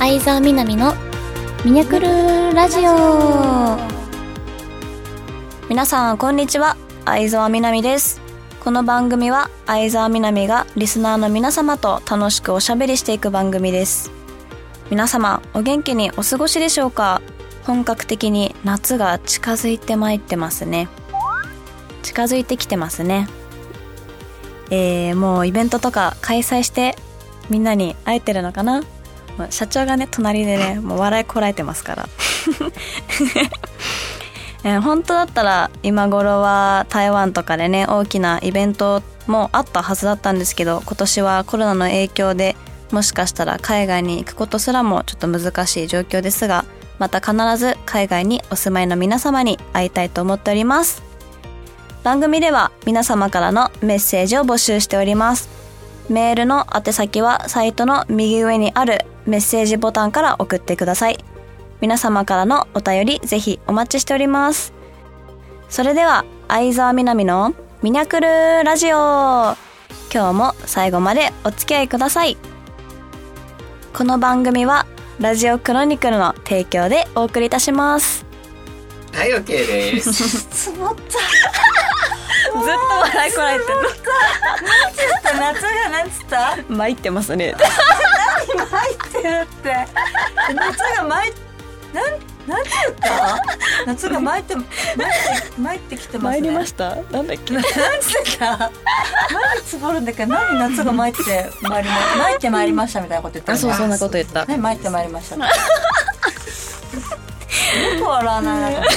相沢みなみのミニャクルラジオ。皆さんこんにちは、相沢みなみです。この番組は相沢みなみがリスナーの皆様と楽しくおしゃべりしていく番組です。皆様お元気にお過ごしでしょうか。本格的に夏が近づいてまいってますね。近づいてきてますね。もうイベントとか開催してみんなに会えてるのかな。社長がね隣でねもう笑いこらえてますから本当だったら今頃は台湾とかでね大きなイベントもあったはずだったんですけど、今年はコロナの影響でもしかしたら海外に行くことすらもちょっと難しい状況ですが、また必ず海外にお住まいの皆様に会いたいと思っております。番組では皆様からのメッセージを募集しております。メールの宛先はサイトの右上にあるメッセージボタンから送ってください。皆様からのお便りぜひお待ちしております。それでは相沢みなみのミニャクルラジオ、今日も最後までお付き合いください。この番組はラジオクロニクルの提供でお送りいたします。 はい、OK です。 つぼった。 ずっと笑いこらえてる。 夏がなんつった？ 参ってますね。 何参ってるって。夏がなんて言った？夏が参ってきてますね。 参りました。なんだっけ。 なんつった？何つぼるんだけど、何夏が参って参りましたみたいなこと言ったの。 そうそんなこと言った。 ね、参って参りました。よく笑わないな。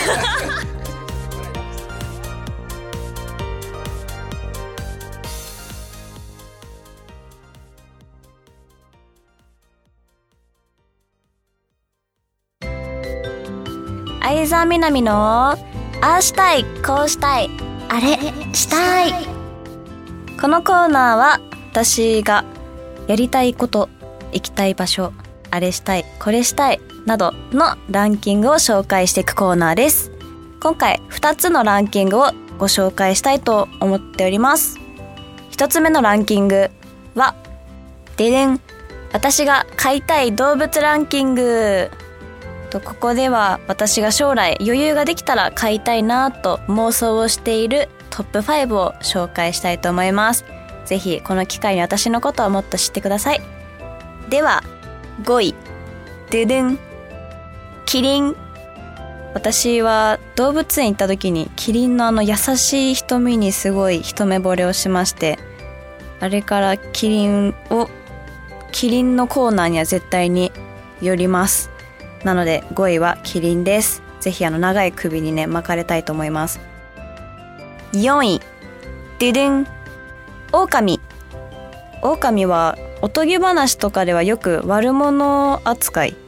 相沢みなみのああしたいこうしたいあれしたい。このコーナーは私がやりたいこと、行きたい場所、あれしたいこれしたいなどのランキングを紹介していくコーナーです。今回2つのランキングをご紹介したいと思っております。1つ目のランキングはででん、私が飼いたい動物ランキング。ここでは私が将来余裕ができたら飼いたいなと妄想をしているトップ5を紹介したいと思います。ぜひこの機会に私のことをもっと知ってください。では5位、ででん、キリン。私は動物園行った時にキリンの優しい瞳にすごい一目惚れをしまして、あれからキリンのコーナーには絶対に寄ります。なので5位はキリンです。ぜひ長い首にね巻かれたいと思います。4位、ででん、狼。狼はおとぎ話とかではよく悪者扱い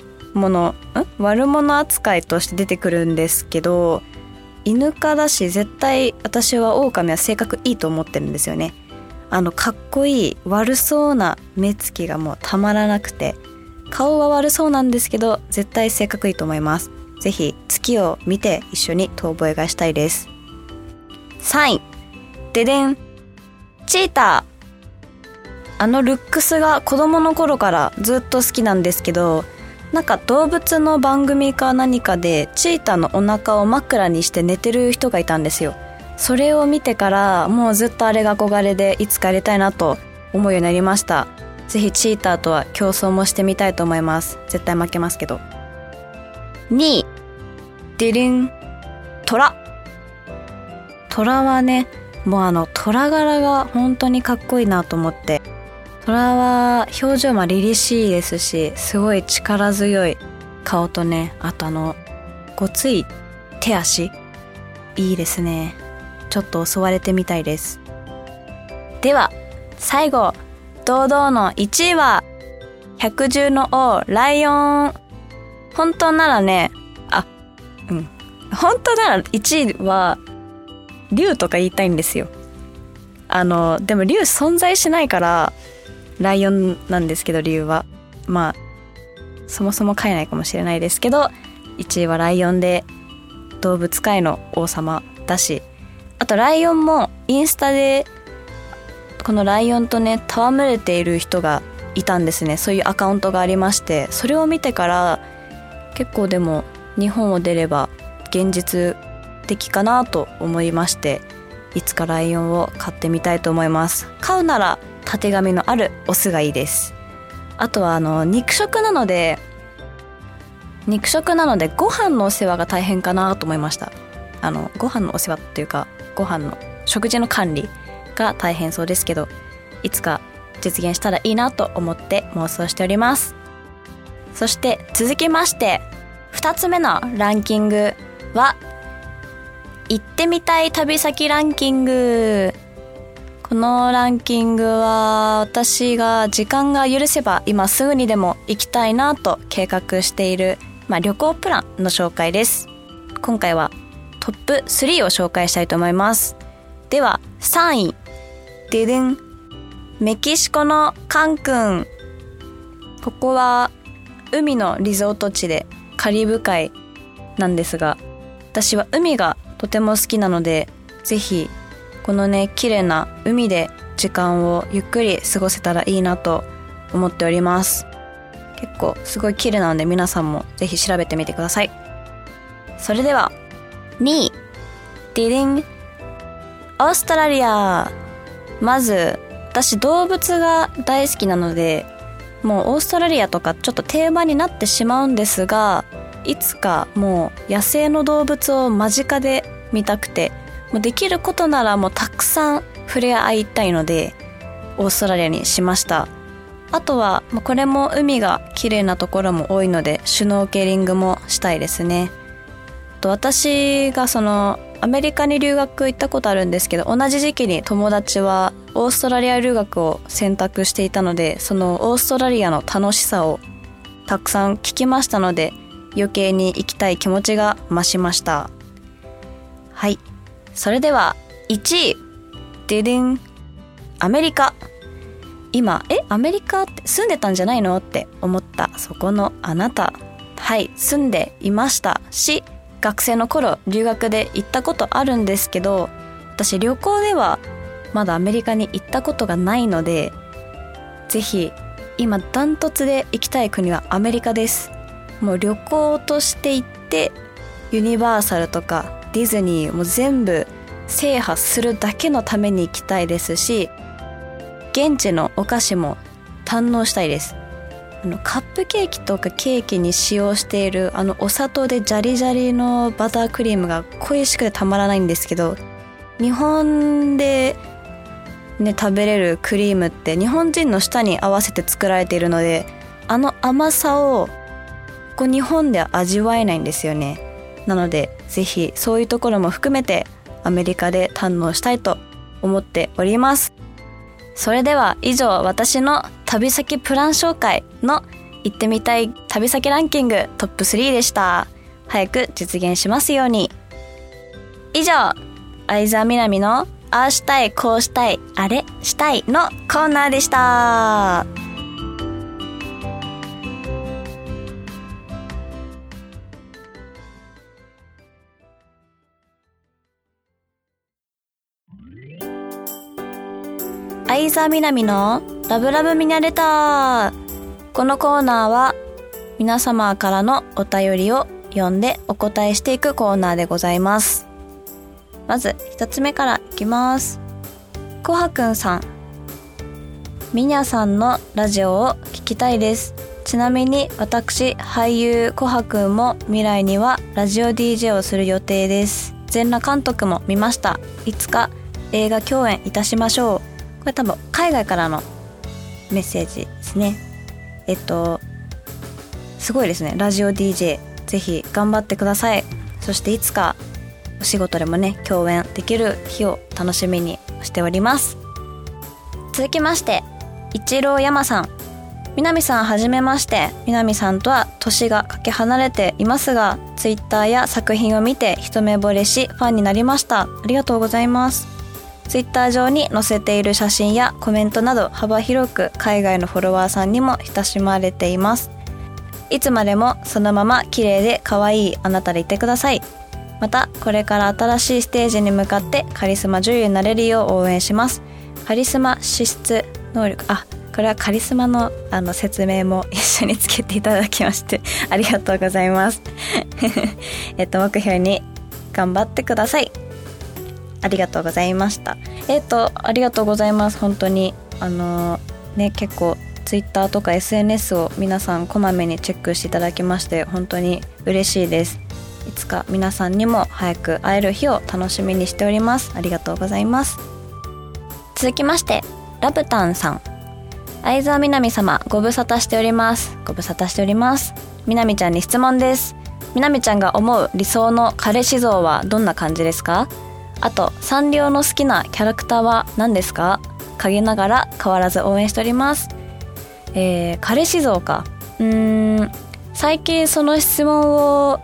として出てくるんですけど、犬科だし絶対私は狼は性格いいと思ってるんですよね。かっこいい悪そうな目つきがもうたまらなくて、顔は悪そうなんですけど絶対性格いいと思います。ぜひ月を見て一緒に遠吠えがしたいです。3位、ででん、チーター。ルックスが子供の頃からずっと好きなんですけど、なんか動物の番組か何かでチーターのお腹を枕にして寝てる人がいたんですよ。それを見てからもうずっとあれが憧れで、いつかやりたいなと思うようになりました。ぜひチーターとは競争もしてみたいと思います。絶対負けますけど。2位、でりん、トラ。トラはね、もうトラ柄が本当にかっこいいなと思って。トラは表情も凛々しいですし、すごい力強い顔とね、あとごつい手足、いいですね。ちょっと襲われてみたいです。では最後、堂々の1位は百獣の王ライオン。本当ならね、本当なら1位は竜とか言いたいんですよ。でも竜存在しないからライオンなんですけど、理由はまあそもそも飼えないかもしれないですけど、1位はライオンで動物界の王様だし、あとライオンもインスタでこのライオンとね戯れている人がいたんですね。そういうアカウントがありまして、それを見てから結構でも日本を出れば現実的かなと思いまして、いつかライオンを飼ってみたいと思います。飼うならたてがみのあるオスがいいです。あとは肉食なのでご飯のお世話が大変かなと思いました。ご飯のお世話っていうかご飯の食事の管理が大変そうですけど、いつか実現したらいいなと思って妄想しております。そして続きまして2つ目のランキングは行ってみたい旅先ランキング。このランキングは私が時間が許せば今すぐにでも行きたいなと計画している、旅行プランの紹介です。今回はトップ3を紹介したいと思います。では3位、デデン、メキシコのカンクン。ここは海のリゾート地でカリブ海なんですが、私は海がとても好きなので、ぜひこのね綺麗な海で時間をゆっくり過ごせたらいいなと思っております。結構すごい綺麗なので皆さんもぜひ調べてみてください。それでは2位、ディデン、オーストラリア。まず私動物が大好きなので、もうオーストラリアとかちょっと定番になってしまうんですが、いつかもう野生の動物を間近で見たくて、もうできることならもうたくさん触れ合いたいのでオーストラリアにしました。あとはこれも海が綺麗なところも多いのでシュノーケリングもしたいですね。と私がアメリカに留学行ったことあるんですけど、同じ時期に友達はオーストラリア留学を選択していたので、そのオーストラリアの楽しさをたくさん聞きましたので、余計に行きたい気持ちが増しました。はい、それでは1位、デデン、アメリカ。今アメリカって住んでたんじゃないのって思ったそこのあなた。はい、住んでいましたし、学生の頃留学で行ったことあるんですけど、私旅行ではまだアメリカに行ったことがないので、ぜひ今ダントツで行きたい国はアメリカです。もう旅行として行ってユニバーサルとかディズニーも全部制覇するだけのために行きたいですし、現地のお菓子も堪能したいです。カップケーキとかケーキに使用しているお砂糖でジャリジャリのバタークリームが恋しくてたまらないんですけど、日本で食べれるクリームって日本人の舌に合わせて作られているので、甘さを日本では味わえないんですよね。なのでぜひそういうところも含めてアメリカで堪能したいと思っております。それでは以上、私の旅先プラン紹介の行ってみたい旅先ランキングトップ3でした。早く実現しますように。以上、相沢みなみのああしたいこうしたいあれしたいのコーナーでした。相沢みなみのラブラブミニャレター。このコーナーは皆様からのお便りを読んでお答えしていくコーナーでございます。まず一つ目からいきます。こはくんさん、みにゃさんのラジオを聞きたいです。ちなみに私俳優こはくんも未来にはラジオ DJ をする予定です。全裸監督も見ました。いつか映画共演いたしましょう。これ多分海外からのメッセージですね。すごいですね。ラジオ DJ ぜひ頑張ってください。そしていつかお仕事でもね共演できる日を楽しみにしております。続きまして一郎山さん、みなみさんはじめまして。みなみさんとは年がかけ離れていますが、ツイッターや作品を見て一目惚れしファンになりました。ありがとうございます。ツイッター上に載せている写真やコメントなど幅広く海外のフォロワーさんにも親しまれています。いつまでもそのまま綺麗で可愛いあなたでいてください。またこれから新しいステージに向かってカリスマ女優になれるよう応援します。カリスマ資質能力これはカリスマの説明も一緒につけていただきましてありがとうございます目標に頑張ってください。ありがとうございました。ありがとうございます。本当に結構ツイッターとか SNS を皆さんこまめにチェックしていただきまして本当に嬉しいです。いつか皆さんにも早く会える日を楽しみにしております。ありがとうございます。続きましてラブタンさん、相沢みなみ様ご無沙汰しております。ご無沙汰しております。みなみちゃんに質問です。みなみちゃんが思う理想の彼氏像はどんな感じですか？あとサンリオの好きなキャラクターは何ですか？陰ながら変わらず応援しております。彼氏像か。最近その質問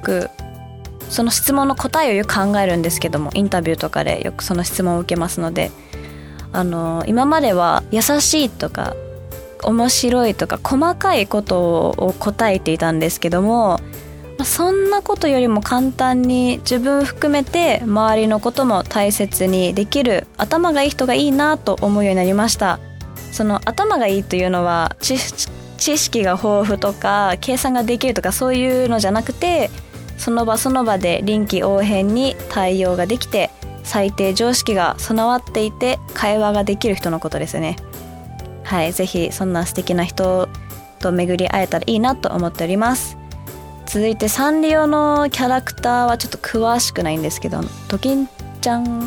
の答えをよく考えるんですけども、インタビューとかでよくその質問を受けますので、今までは優しいとか面白いとか細かいことを答えていたんですけども、そんなことよりも簡単に自分含めて周りのことも大切にできる頭がいい人がいいなと思うようになりました。その頭がいいというのは知識が豊富とか計算ができるとかそういうのじゃなくて、その場その場で臨機応変に対応ができて最低常識が備わっていて会話ができる人のことですね。はい、ぜひそんな素敵な人と巡り会えたらいいなと思っております。続いてサンリオのキャラクターはちょっと詳しくないんですけど、ドキンちゃん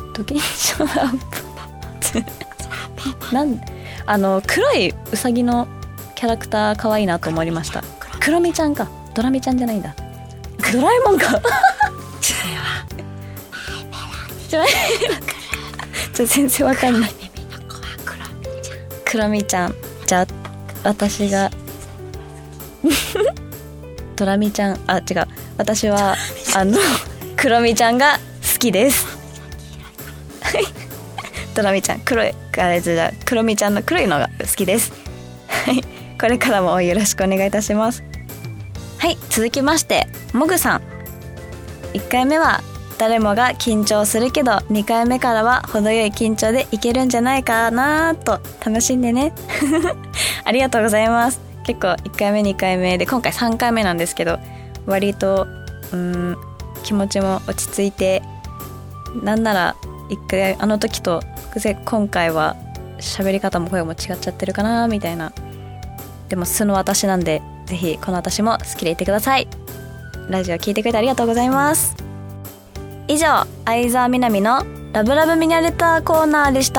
黒いウサギのキャラクター可愛いなと思いました。クロミちゃんか、ドラミちゃんじゃないんだ、ドラえもんか全然わかんない。クロミちゃん、じゃあ私がドラミちゃん、違う、私はクロミちゃんが好きですドラミちゃんクロミちゃんの黒いのが好きですこれからもよろしくお願いいたします。はい、続きましてモグさん、1回目は誰もが緊張するけど2回目からは程よい緊張でいけるんじゃないかなと楽しんでねありがとうございます。結構1回目2回目で今回3回目なんですけど、割と気持ちも落ち着いて、なんなら1回あの時と今回は喋り方も声も違っちゃってるかなみたいな。でも素の私なんで、ぜひこの私も好きでいてください。ラジオ聞いてくれてありがとうございます。以上、相沢みなみのラブラブミニャレターコーナーでした。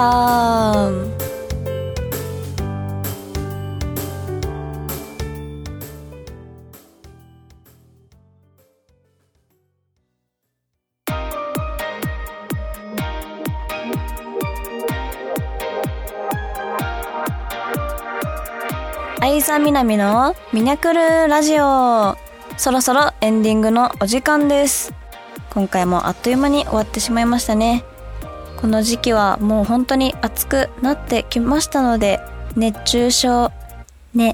相沢みなみのミニャクルラジオ、そろそろエンディングのお時間です。今回もあっという間に終わってしまいましたね。この時期はもう本当に暑くなってきましたので、熱中症に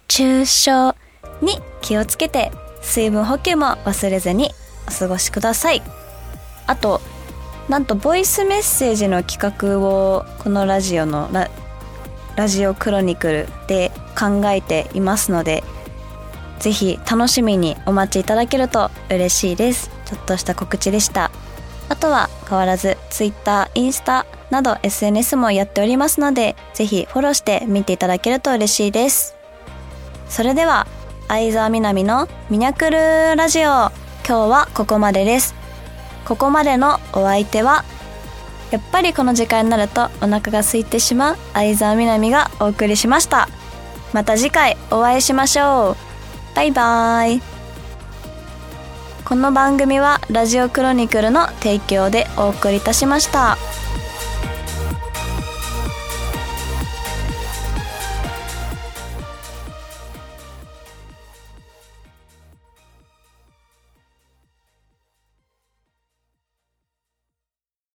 気をつけて水分補給も忘れずにお過ごしください。あと、なんとボイスメッセージの企画をこのラジオのラジオクロニクルで考えていますので、ぜひ楽しみにお待ちいただけると嬉しいです。ちょっとした告知でした。あとは変わらず Twitter、インスタなど SNS もやっておりますので、ぜひフォローして見ていただけると嬉しいです。それでは相沢みなみのミニャクルラジオ、今日はここまでです。ここまでのお相手は、やっぱりこの時間になるとお腹が空いてしまう相沢みなみがお送りしました。また次回お会いしましょう。バイバイ。この番組はラジオクロニクルの提供でお送りいたしました。